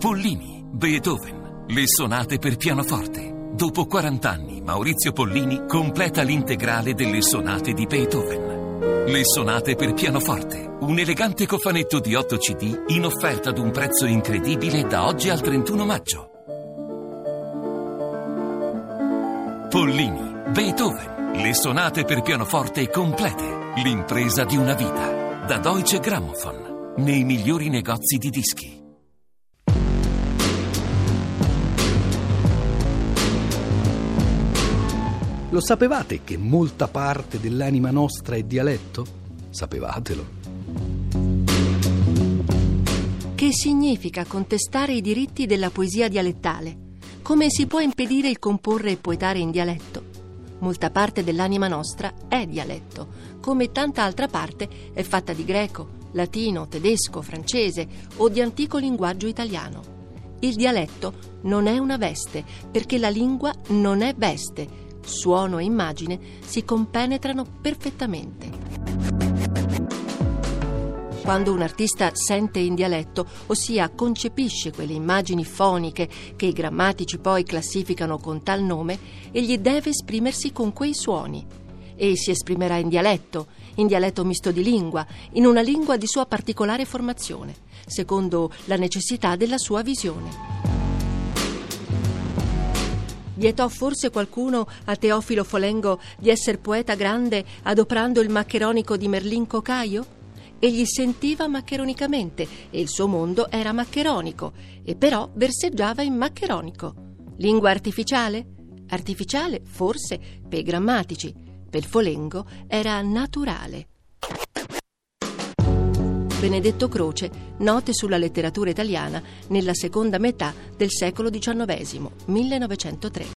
Pollini, Beethoven, le sonate per pianoforte. Dopo 40 anni, Maurizio Pollini completa l'integrale delle sonate di Beethoven. Le sonate per pianoforte, un elegante cofanetto di 8 CD in offerta ad un prezzo incredibile da oggi al 31 maggio. Pollini, Beethoven, le sonate per pianoforte complete, l'impresa di una vita. Da Deutsche Grammophon, nei migliori negozi di dischi. Lo sapevate che molta parte dell'anima nostra è dialetto? Sapevatelo. Che significa contestare i diritti della poesia dialettale? Come si può impedire il comporre e poetare in dialetto? Molta parte dell'anima nostra è dialetto, come tanta altra parte è fatta di greco, latino, tedesco, francese o di antico linguaggio italiano. Il dialetto non è una veste, perché la lingua non è veste. Suono e immagine si compenetrano perfettamente. Quando un artista sente in dialetto, ossia concepisce quelle immagini foniche che i grammatici poi classificano con tal nome, egli deve esprimersi con quei suoni. E si esprimerà in dialetto misto di lingua, in una lingua di sua particolare formazione, secondo la necessità della sua visione. Vietò forse qualcuno a Teofilo Folengo di esser poeta grande adoprando il maccheronico di Merlin Cocaio? Egli sentiva maccheronicamente e il suo mondo era maccheronico, e però verseggiava in maccheronico. Lingua artificiale? Artificiale, forse, per i grammatici. Per Folengo era naturale. Benedetto Croce, note sulla letteratura italiana nella seconda metà del secolo XIX, 1903.